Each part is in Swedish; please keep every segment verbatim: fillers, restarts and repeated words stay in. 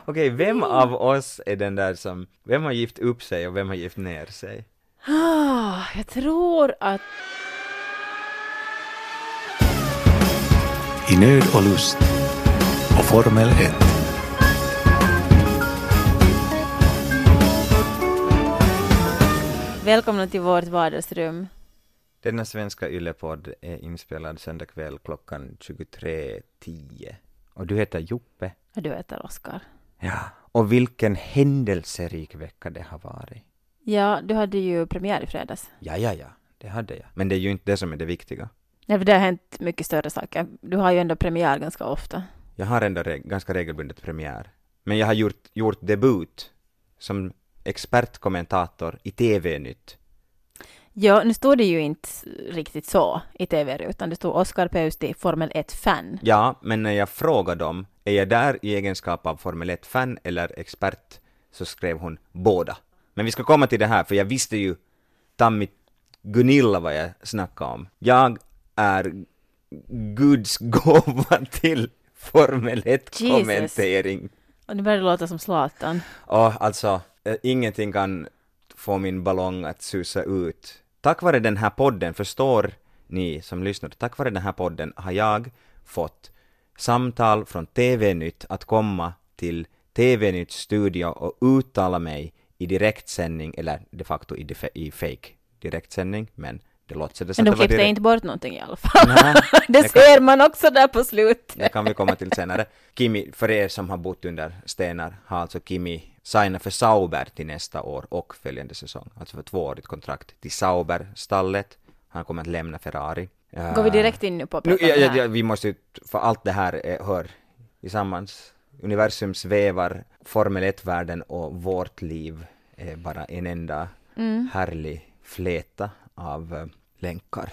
Okej, vem av oss är den där som... Vem har gift upp sig och vem har gift ner sig? Ah, jag tror att... I nöd och lust och Formel ett. Välkomna till vårt vardagsrum. Denna svenska yllepodd är inspelad söndag kväll klockan tjugotre tio. Och du heter Joppe. Och du heter Oskar. Ja, och vilken händelserik vecka det har varit. Ja, du hade ju premiär i fredags. Ja, ja, ja, det hade jag. Men det är ju inte det som är det viktiga. Nej, för det har hänt mycket större saker. Du har ju ändå premiär ganska ofta. Jag har ändå re- ganska regelbundet premiär. Men jag har gjort, gjort debut som expertkommentator i T V-nytt. Ja, nu står det ju inte riktigt så i T V, utan det står Oskar Pöysti, Formel ett-fan. Ja, men när jag frågade dem, är jag där i egenskap av Formel ett-fan eller expert, så skrev hon båda. Men vi ska komma till det här, för jag visste ju Tammi Gunilla vad jag snackade om. Jag är Guds gåva till Formel ett-kommentering. Och nu börjar det låta som Zlatan. Och alltså, eh, ingenting kan få min ballong att susa ut. Tack vare den här podden, förstår ni som lyssnar, tack vare den här podden har jag fått samtal från T V-nytt att komma till T V-nytts studio och uttala mig i direktsändning, eller de facto i, defa- i fake direktsändning, men det låter det. Men de klippte direkt... inte bort någonting i alla fall. Nej, det, det ser kan... man också där på slut. Det kan vi komma till senare. Kimi, för er som har bott under stenar, har alltså Kimi signat för Sauber till nästa år och följande säsong. Alltså för tvåårigt kontrakt till Sauber-stallet. Han kommer att lämna Ferrari. Går vi direkt in nu på nu, ja, ja, ja, vi måste ju, för allt det här är, hör tillsammans. Universum svävar, Formel ett-världen och vårt liv är bara en enda mm. härlig fläta av uh, länkar.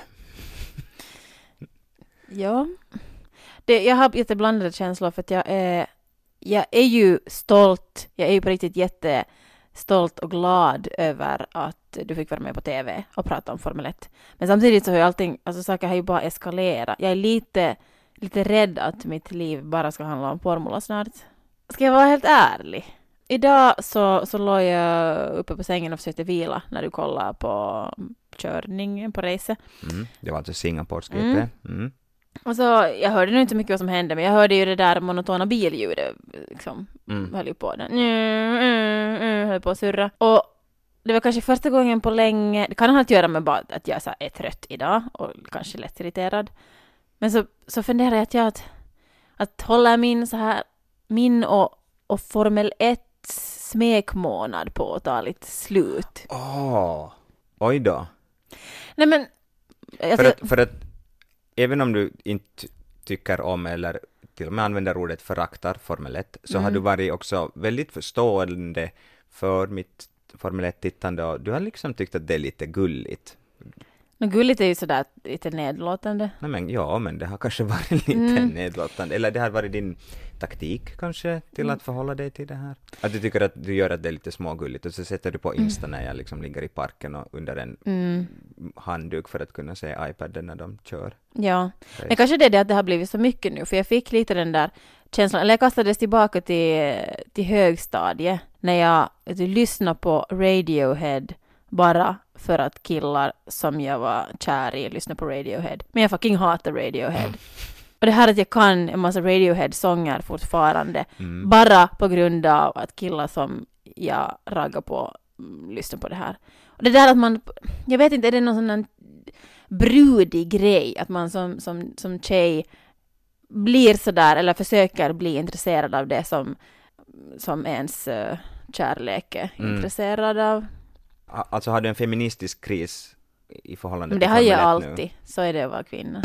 Ja, det, jag har jätteblandade känslor för att jag är, jag är ju stolt, jag är ju på riktigt jättestolt och glad över att du fick vara med på T V och prata om Formel ett. Men samtidigt så har ju allting, alltså saker har ju bara eskalerat. Jag är lite, lite rädd att mitt liv bara ska handla om formula snart. Ska jag vara helt ärlig? Idag så, så låg jag uppe på sängen och försökte vila när du kollade på körningen på race. Mm, det var alltså Singapores G P. Mm. Mm. Och så, jag hörde nog inte mycket vad som hände, men jag hörde ju det där monotona billjudet liksom, mm. höll ju på den. Mm, mm, mm, höll på att surra. Och det var kanske första gången på länge, det kan ha att göra med bara att jag så är trött idag och kanske lätt irriterad. Men så, så funderar jag att jag att, att hålla min så här, min och, och Formel ett smekmånad på att ta lite slut. Åh, oh, oj då. Nej men... För, alltså, att, för att även om du inte tycker om eller till och med använder ordet föraktar Formel ett, så mm. har du varit också väldigt förstående för mitt Formel ett-tittande och du har liksom tyckt att det är lite gulligt. Men gulligt är ju sådär lite nedlåtande. Nej men ja, men det har kanske varit lite mm. nedlåtande. Eller det har varit din taktik kanske till mm. att förhålla dig till det här. Att du tycker att du gör att det är lite smågulligt och så sätter du på Insta mm. när jag liksom ligger i parken och under en mm. handduk för att kunna se iPaden när de kör. Ja, men kanske det är det att det har blivit så mycket nu. För jag fick lite den där känslan, eller jag kastades tillbaka till, till högstadiet när jag alltså, lyssnade på Radiohead bara för att killar som jag var kär i lyssnade på Radiohead. Men jag fucking hatar Radiohead. Mm. Och det här att jag kan en massa Radiohead-sånger fortfarande mm. bara på grund av att killar som jag raggar på lyssnar på det här. Och det där att man, jag vet inte, är det någon sån här brudig grej att man som, som, som tjej blir sådär eller försöker bli intresserad av det som, som ens uh, kärlek är mm. intresserad av. Alltså har du en feministisk kris i förhållande men till det har jag alltid. Nu? Så är det att vara kvinna.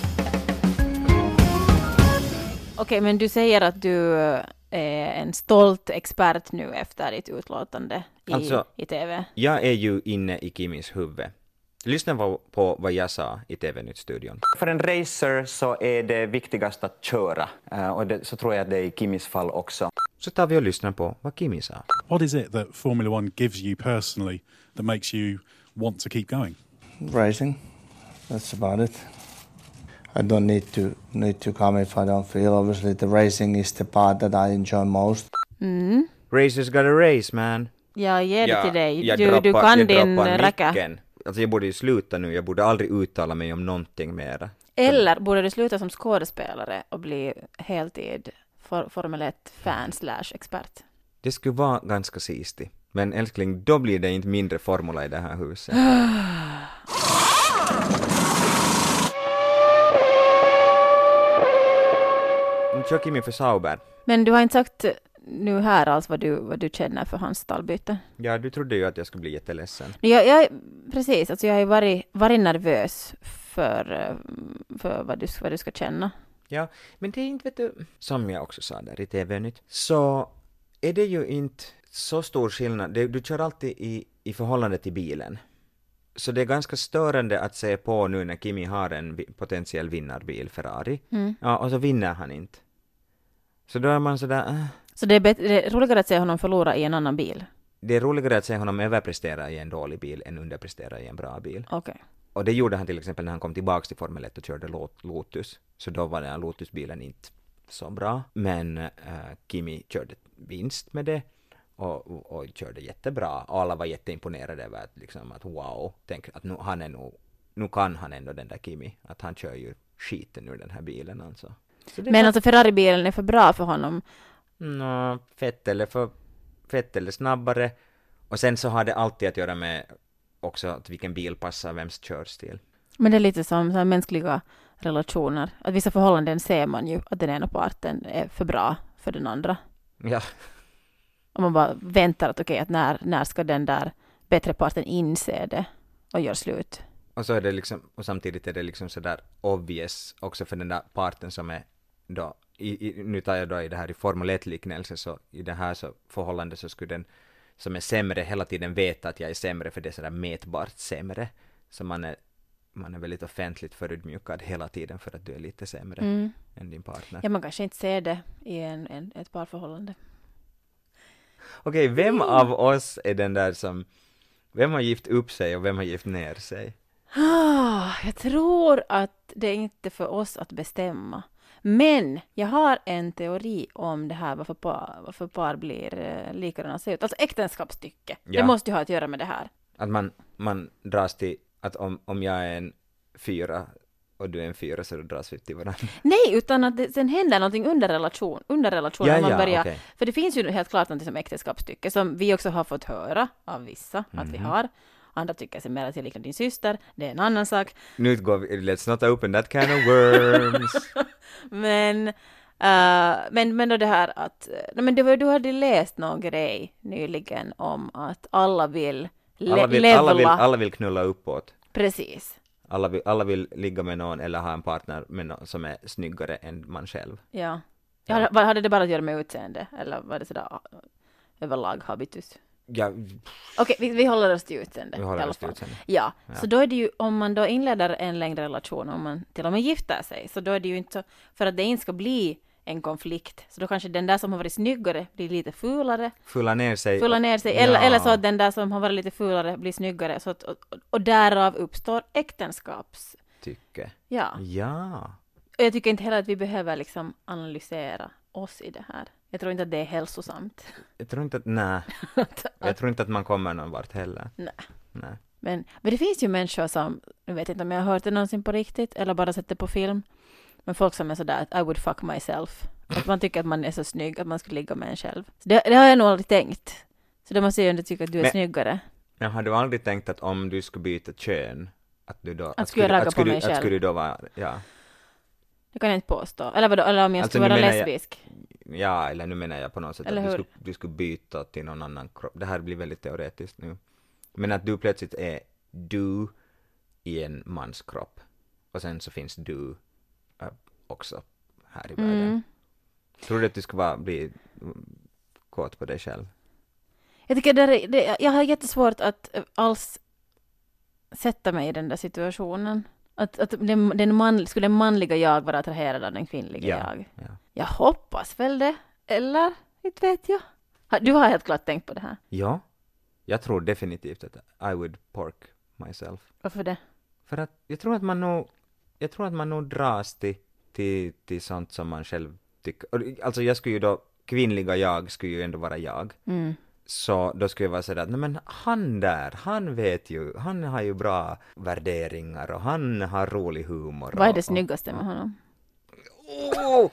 Okej, okay, men du säger att du är en stolt expert nu efter ditt utlåtande i, alltså, i T V. Jag är ju inne i Kimis huvud. Lyssna på, på vad jag sa i T V-nytt-studion. För en racer så är det viktigast att köra. Uh, och det, så tror jag att det är i Kimis fall också. Så tar vi och lyssnar på vad Kimi sa. What is it that Formula One gives you personally that makes you want to keep going? Racing. That's about it. I don't need to need to come if I don't feel. Obviously the racing is the part that I enjoy most. Mm. Racers got a race, man. Jag ger det till dig. jag Du, du droppar- kan jag din droppar räcka. micken. Alltså jag borde ju sluta nu, jag borde aldrig uttala mig om någonting mera. Eller borde du sluta som skådespelare och bli heltid for, Formel ett-fan slash expert? Det skulle vara ganska sistigt. Men älskling, då blir det inte mindre formula i det här huset. Nu kör Kimi för Sauber. Men du har inte sagt nu här alls vad du, vad du känner för hans stallbyte. Ja, du trodde ju att jag skulle bli jätteledsen. Jag, jag, precis, alltså jag har ju varit, varit nervös för, eh, för vad, du, vad du ska känna. Ja, men det är inte, vet du, som jag också sa där i T V-nytt, så är det ju inte så stor skillnad. Det, du kör alltid i, i förhållande till bilen. Så det är ganska störande att se på nu när Kimi har en vi- potentiell vinnarbil, Ferrari. Mm. Ja, och så vinner han inte. Så då är man sådär, äh. Så det är, bet- det är roligare att se honom förlora i en annan bil. Det är roligare att se honom överprestera i en dålig bil än underprestera i en bra bil. Okej. Och det gjorde han till exempel när han kom tillbaka till Formel ett och körde Lot- Lotus. Så då var den här Lotus-bilen inte så bra. Men äh, Kimi körde vinst med det. Och, och, och körde jättebra. Och alla var jätteimponerade över att, liksom, att wow, tänk att nu, han är nog, nu kan han ändå den där Kimi. Att han kör ju skiten ur den här bilen alltså. Så det Men var- alltså Ferrari-bilen är för bra för honom. Nå, fett eller för fett eller snabbare. Och sen så har det alltid att göra med också att vilken bil passar vems körstil. Men det är lite som så här mänskliga relationer. Att vissa förhållanden ser man ju att den ena parten är för bra för den andra. Ja, Och man bara väntar att okej, att när, när ska den där bättre parten inse det och gör slut. och så är det liksom, och samtidigt är det liksom sådär obvious också för den där parten som är då, i, i, nu tar jag då i det här i Formel ett-liknelse, så i det här så förhållande så skulle den som är sämre hela tiden veta att jag är sämre, för det är sådär mätbart sämre. Så man är, man är väldigt offentligt förödmjukad hela tiden för att du är lite sämre Mm. än din partner. Ja, man kanske inte ser det i en, en, ett parförhållande. Okej, vem av oss är den där som, vem har gift upp sig och vem har gift ner sig? Ah, jag tror att det är inte för oss att bestämma. Men jag har en teori om det här varför par, varför par blir eh, likadana ser ut. Alltså äktenskapsstycke. Ja. Det måste ju ha att göra med det här. Att man, man dras till, att om, om jag är en fyra och du är en fyra så då dras vi till varandra. Nej, utan att det sen händer någonting under relation, under relationen. Ja, man ja, börjar, okej. För det finns ju helt klart något som äktenskapsstycke som vi också har fått höra av vissa att vi har. Andra tycker sig mer att jag liknar din syster. Det är en annan sak. Nu går vi, let's not open that kind of worms. Men, uh, men, men då det här att, nej, men det var, du hade läst någon grej nyligen om att alla vill le- alla, vill, levla. alla, vill, alla vill knulla uppåt. Precis, Alla vill, alla vill ligga med någon eller ha en partner med någon som är snyggare än man själv. ja. ja. Hade, hade det bara att göra med utseende? Eller var det sådär uh, överlag habitus? Ja, Okej, vi, vi håller oss till utseende. vi i håller alla oss till fall. utseende. Ja, Ja. så då är det ju, om man då inleder en längre relation, om man till och med gifter sig, så då är det ju inte så, för att det inte ska bli en konflikt, så då kanske den där som har varit snyggare blir lite fulare, Fulla ner sig. fulla ner sig, Ja. eller, eller så att den där som har varit lite fulare blir snyggare, så att, och, och därav uppstår äktenskaps. Tycke. Ja, Ja. och jag tycker inte heller att vi behöver liksom analysera oss i det här. Jag tror inte att det är hälsosamt. Jag tror inte att, nej. Jag tror inte att man kommer någon vart heller. Nej. Nej. Men, men det finns ju människor som, jag vet inte om jag har hört det någonsin på riktigt eller bara sett det på film, men folk som är sådär att I would fuck myself. Att man tycker att man är så snygg att man skulle ligga med en själv. Så det, det har jag nog aldrig tänkt. Så då måste jag ju ändå tycka att du är Men- snyggare. Men har du aldrig tänkt att om du skulle byta kön, att du då... Att skulle jag ragga på skulle, mig att själv? skulle du då vara, ja. Det kan jag inte påstå. Eller, vadå, eller om jag Alltså, skulle nu vara menar jag- lesbisk. Ja, eller nu menar jag på något sätt Eller att du hur? skulle, du skulle byta till någon annan kropp. Det här blir väldigt teoretiskt nu. Men att du plötsligt är du i en mans kropp. Och sen så finns du äh, också här i världen. Mm. Tror du att du ska vara, bli mm, kåt på dig själv? Jag tycker det, är- det, jag har jättesvårt att eh, alls sätta mig i den där situationen. Att, att den, den man, skulle den manliga jag vara attraherad av den kvinnliga Ja, jag? ja. Jag hoppas väl det. Eller? Inte vet jag. Ha- Du har helt klart tänkt på det här. Ja, jag tror definitivt att I would pork myself. Varför det? För att jag tror att man nog, jag tror att man nog dras till, till, till sånt som man själv tycker. Och, alltså jag skulle ju då kvinnliga jag skulle ju ändå vara jag. Mm. Så då skulle jag vara sådär att nej, men han där, han vet ju, han har ju bra värderingar och han har rolig humor. Vad är det och, snyggaste med honom? Oh!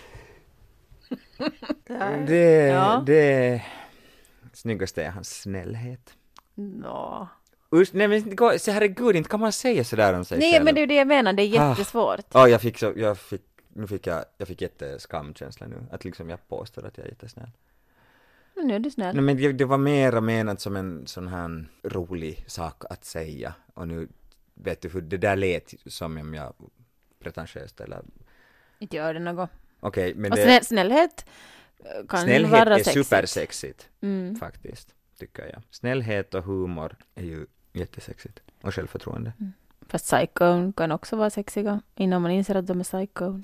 det, Ja. det snyggaste är hans snällhet. Nå. Usch, nej men gå- så herregud, inte kan man säga sådär om sig Nej, själv. men det är ju det jag menar, det är Ah. jättesvårt. Ja, jag fick så, jag fick, nu fick jag, jag fick jätteskamkänsla nu, att liksom jag påstår att jag är jättesnäll. Men nu är du snäll. Nej men det, det var mera menat som en sån här rolig sak att säga, och nu vet du hur det där lät som om jag pretentiöst eller, Inte gör det något. okej, men Och det, snäll, snällhet eh, kan snällhet vara är sexigt. supersexigt, Mm. faktiskt, tycker jag. Snällhet och humor är ju jättesexigt, och självförtroende. Fast psycho kan också vara sexiga innan man inser att de är psycho.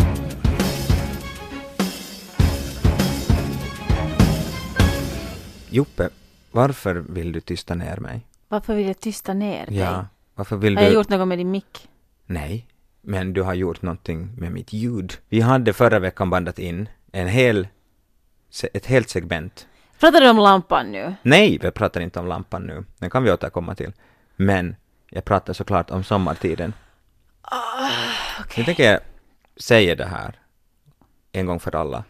Joppe, varför vill du tysta ner mig? Varför vill jag tysta ner dig? Ja, varför vill Har jag du... gjort något med din mick? Nej, men du har gjort någonting med mitt ljud. Vi hade förra veckan bandat in en hel, se- ett helt segment. Pratar du om lampan nu? Nej, vi pratar inte om lampan nu. Den kan vi återkomma till. Men jag pratar såklart om sommartiden. Nu tänker jag säga det här en gång för alla.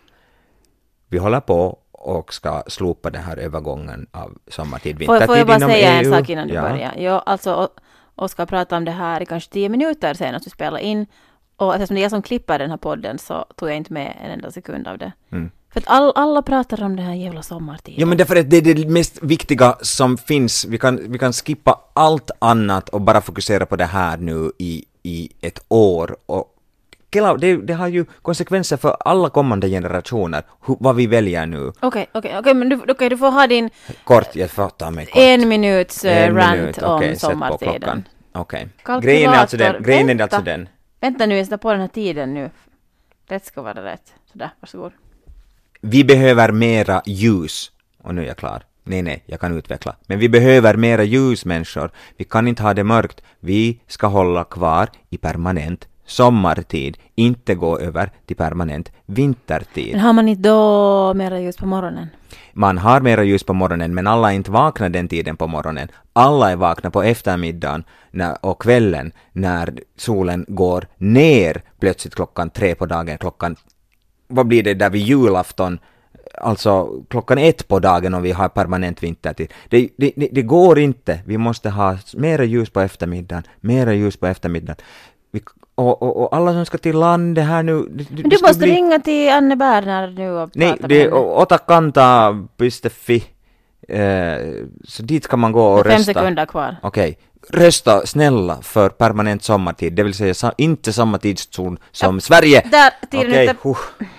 Vi håller på och ska slopa den här övergången av sommartid, Får, vintertid får jag bara inom säga E U. en sak innan du Ja. börjar? Jo, alltså, och- Oskar pratade om det här i kanske tio minuter senast vi spelade in. Och eftersom det är jag som klipper den här podden så tog jag inte med en enda sekund av det. Mm. För att all, alla pratar om den här jävla sommartiden. Ja, men därför att det är det mest viktiga som finns. Vi kan, vi kan skippa allt annat och bara fokusera på det här nu i, i ett år. Och Kela, det, det har ju konsekvenser för alla kommande generationer, hur, vad vi väljer nu. Okej, okej, okej, men du, okej, du får ha din Kort, jag får ta mig kort. en minuts eh, En rant minut, om okej, sätt på sommartiden. klockan. Okej. Kalkylator, Grejen är alltså den. Grejen är vänta. alltså den. Vänta nu, jag sätter på den här tiden nu. Rätt ska vara rätt. Sådär, varsågod. Vi behöver mera ljus. Och nu är jag klar. Nej, nej, jag kan utveckla. Men vi behöver mera ljus, människor. Vi kan inte ha det mörkt. Vi ska hålla kvar i permanent sommartid. Inte gå över till permanent vintertid. Men har man inte då mera ljus på morgonen? Man har mera ljus på morgonen, men alla är inte vakna den tiden på morgonen. Alla är vakna på eftermiddagen när, och kvällen när solen går ner plötsligt klockan tre på dagen. Klockan, vad blir det där vid julafton? Alltså klockan ett på dagen om vi har permanent vintertid. Det, det, det, det går inte. Vi måste ha mera ljus på eftermiddagen, mera ljus på eftermiddagen. Vi, och, och, och alla som ska till landet här nu... Det, det Men du ska måste bli... ringa till Anne Bärner nu och Nej, prata det med är henne. otakanta piste fi. Eh, så dit kan man gå och Fem rösta. sekunder kvar. Okej. Rösta snälla för permanent sommartid. Det vill säga sa- inte samma tidszon som Sverige. Där, tiden Okej. ute. huh.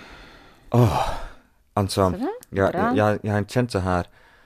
Åh. Alltså, Sådär, jag, bra. jag, jag har inte känt så här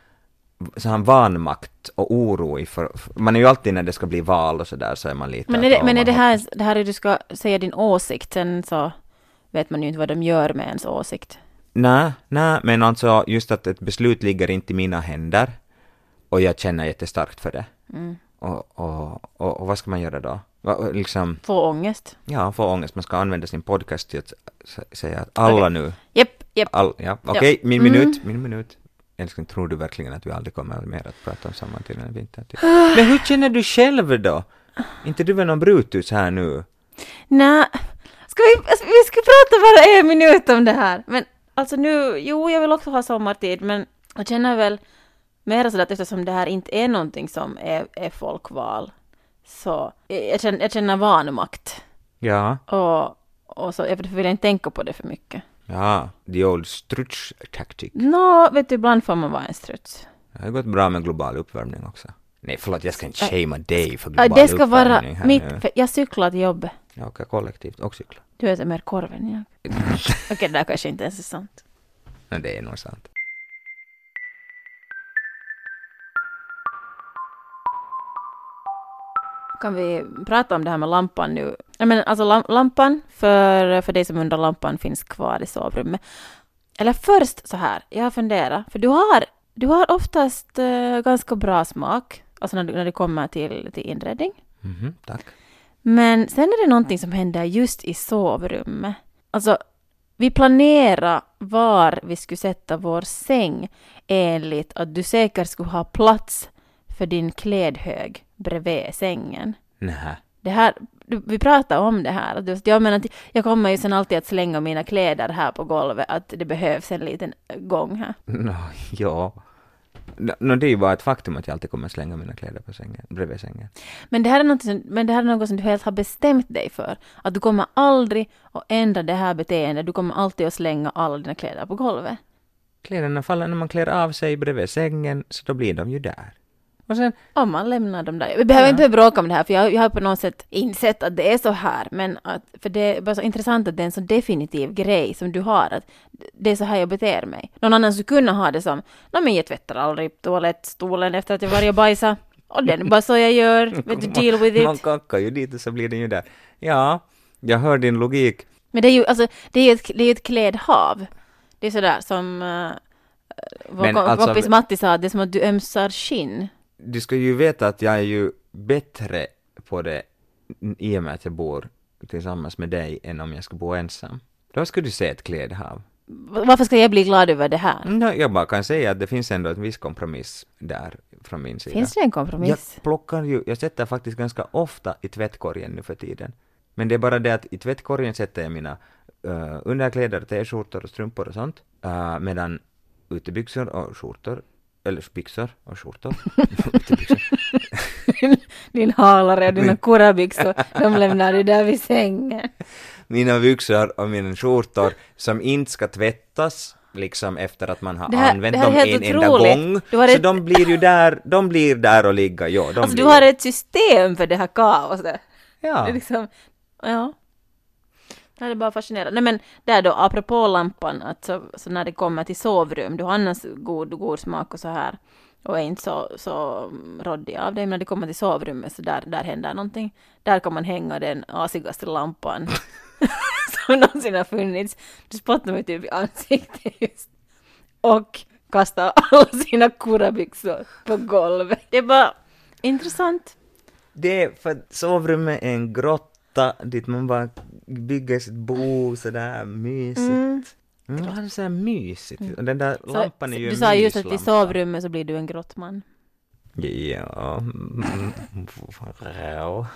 så här vanmakt och oro i för, för man är ju alltid när det ska bli val och så där så är man lite Men är att, det, åh, men är man det här, hoppas- det här är du ska säga din åsikt, sen så vet man ju inte vad de gör med ens åsikt. Nej, nej, men alltså just att ett beslut ligger inte i mina händer och jag känner jättestarkt för det. Mm. Och, och, och, och vad ska man göra då? Va, liksom, Få ångest. ja, få ångest. Man ska använda sin podcast till att s- säga att alla Okej. nu, Japp, japp. all, ja, okej, min Mm. minut, min minut. Älskling, tror du verkligen att vi aldrig kommer mer att prata om sommartid än vintertid? Men hur känner du själv då? Inte du väl någon Brutus här nu? Nej, ska vi, alltså, vi ska prata bara en minut om det här. Men alltså nu, jo, jag vill också ha sommartid, men jag känner väl mer så att eftersom det här inte är någonting som är, är folkval, så jag känner, jag känner vanmakt. Ja, Och, och så jag vill jag inte tänka på det för mycket. ja, the old struts tactic. Nå, vet du, ibland får man vara en struts. Det har gått bra med global uppvärmning också. Nej, förlåt, jag ska inte Äh, shamea dig för Ja, global det ska vara uppvärmning här mitt, nu. för jag cyklar till jobbet. Jag åker kollektivt och cykla. Du äter mer korv än jag. Okej, det där kanske inte ens är sant. Men det är nog sant. Kan vi prata om det här med lampan nu? Jag menar, alltså lam- lampan, för, för dig som undrar, lampan finns kvar i sovrummet. Eller först så här, jag har funderat, för du har, du har oftast eh, ganska bra smak, alltså när, du- när det kommer till, till inredning. Mhm, tack. Men sen är det någonting som händer just i sovrummet. Alltså, vi planerar var vi skulle sätta vår säng enligt att du säkert skulle ha plats för din klädhög bredvid sängen. Nähä. Det här, vi pratar om det här. Att jag, menar, jag kommer ju sen alltid att slänga mina kläder här på golvet. Att det behövs en liten gång här. No, ja. No, det är ju bara ett faktum att jag alltid kommer slänga mina kläder på sängen, bredvid sängen. Men det här är något som, men det här är något som du helt har bestämt dig för. Att du kommer aldrig att ändra det här beteendet. Du kommer alltid att slänga alla dina kläder på golvet. Kläderna faller när man klär av sig bredvid sängen, så då blir de ju där. Och sen... Om man lämnar dem där. Vi behöver ja. inte bråka om det här, för jag, jag har på något sätt insett att det är så här. Men att, för det är bara så intressant att det är en så definitiv grej som du har. Att det är så här jag beter mig. Någon annan skulle kunna ha det som, nej men jag tvättar aldrig toalettstolen efter att jag varit och bajsa. Och det är bara så jag gör. Vet du, deal with it. Man kackar ju dit och så blir det ju där. Ja, jag hör din logik. Men det är ju, alltså, det är ett, det är ett klädhav. Det är sådär som uh, vår Men alltså- kompis Matti sa, det är som att du ömsar skinn. Du ska ju veta att jag är ju bättre på det i och med att jag bor tillsammans med dig än om jag ska bo ensam. Då skulle du se ett klädhav. Varför ska jag bli glad över det här? No, jag bara kan säga att det finns ändå en viss kompromiss där från min sida. Finns det en kompromiss? Jag plockar ju, jag sätter faktiskt ganska ofta i tvättkorgen nu för tiden. Men det är bara det att i tvättkorgen sätter jag mina uh, underkläder, t-skjortor och strumpor och sånt. Uh, medan utebyxor och skjortor, eller byxor och skjortor. Utebyxor. Din halare och dina kurabyxor, de lämnar du där vid sängen. Mina byxor och mina skjortor som inte ska tvättas liksom efter att man har Det här- använt det här dem är en helt enda otroligt. gång. Du har Så ett- de blir ju där, de blir där och ligga. Ja, de Alltså blir. du har ett system för det här kaoset. Ja. Det är liksom, ja. Det är bara fascinerande. Nej men där då, apropå lampan, att så, så när det kommer till sovrum, du har annars god, god smak och så här, och är inte så, så råddig av dig, men när det kommer till sovrummet så där, där händer någonting. Där kan man hänga den asigaste lampan som någonsin har funnits. Du spottar mig typ i ansiktet just. Och kastar alla sina kurabyxor på golvet. Det är bara intressant. Det är för att sovrummet är en grotta dit man bara bygger sitt bo sådär mysigt. Mm. Mm, det är så här mysigt. Och den där Så, lampan är ju du en sa just att i myslampa. sovrummet så blir du en grottman. Ja. Mm, ja.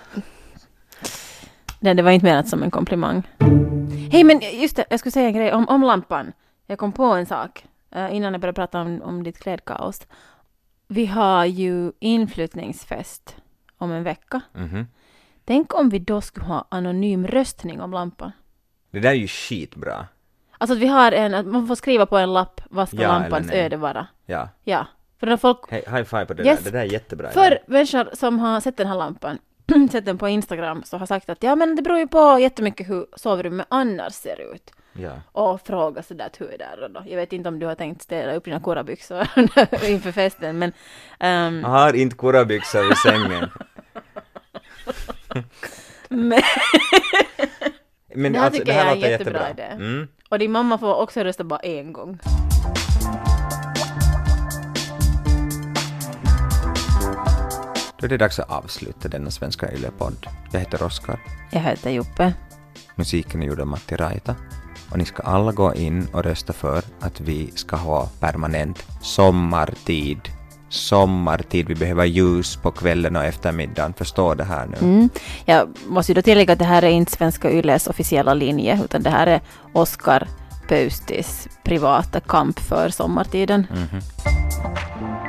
Nej, det var inte menat som en komplimang. Hej, men just det, jag skulle säga en grej om, om lampan. Jag kom på en sak uh, innan jag började prata om, om ditt klädkaos. Vi har ju inflyttningsfest om en vecka. Mhm. Tänk om vi då skulle ha anonym röstning om lampan. Det där är ju skitbra. Alltså att vi har en, att man får skriva på en lapp vad ska Ja, lampans eller nej. öde vara. Ja. Ja, för när folk Hej, high five på det Yes. där. Det där är jättebra. För idé. människor som har sett den här lampan, sett den på Instagram, så har sagt att ja, men det beror ju på jättemycket hur sovrummet annars ser ut. Ja. Och fråga sådär hur är det då? Jag vet inte om du har tänkt ställa upp dina kurabyxor inför festen, men ehm, Jag har inte kurabyxor i sängen. men Men Det här alltså, tycker det här jag är låter en jättebra jättebra. idé. Mm. och din mamma får också rösta bara en gång. Då är det dags att avsluta denna svenska Yle-podd. Jag heter Oskar. Jag heter Joppe. Musiken är gjord av Matti Raita. Och ni ska alla gå in och rösta för att vi ska ha permanent sommartid. Sommartid. Vi behöver ljus på kvällen och eftermiddagen. Förstår det här nu? Mm. Jag måste ju då tillägga att det här är inte Svenska Yles officiella linje, utan det här är Oskar Pöystis privata kamp för sommartiden. Mhm.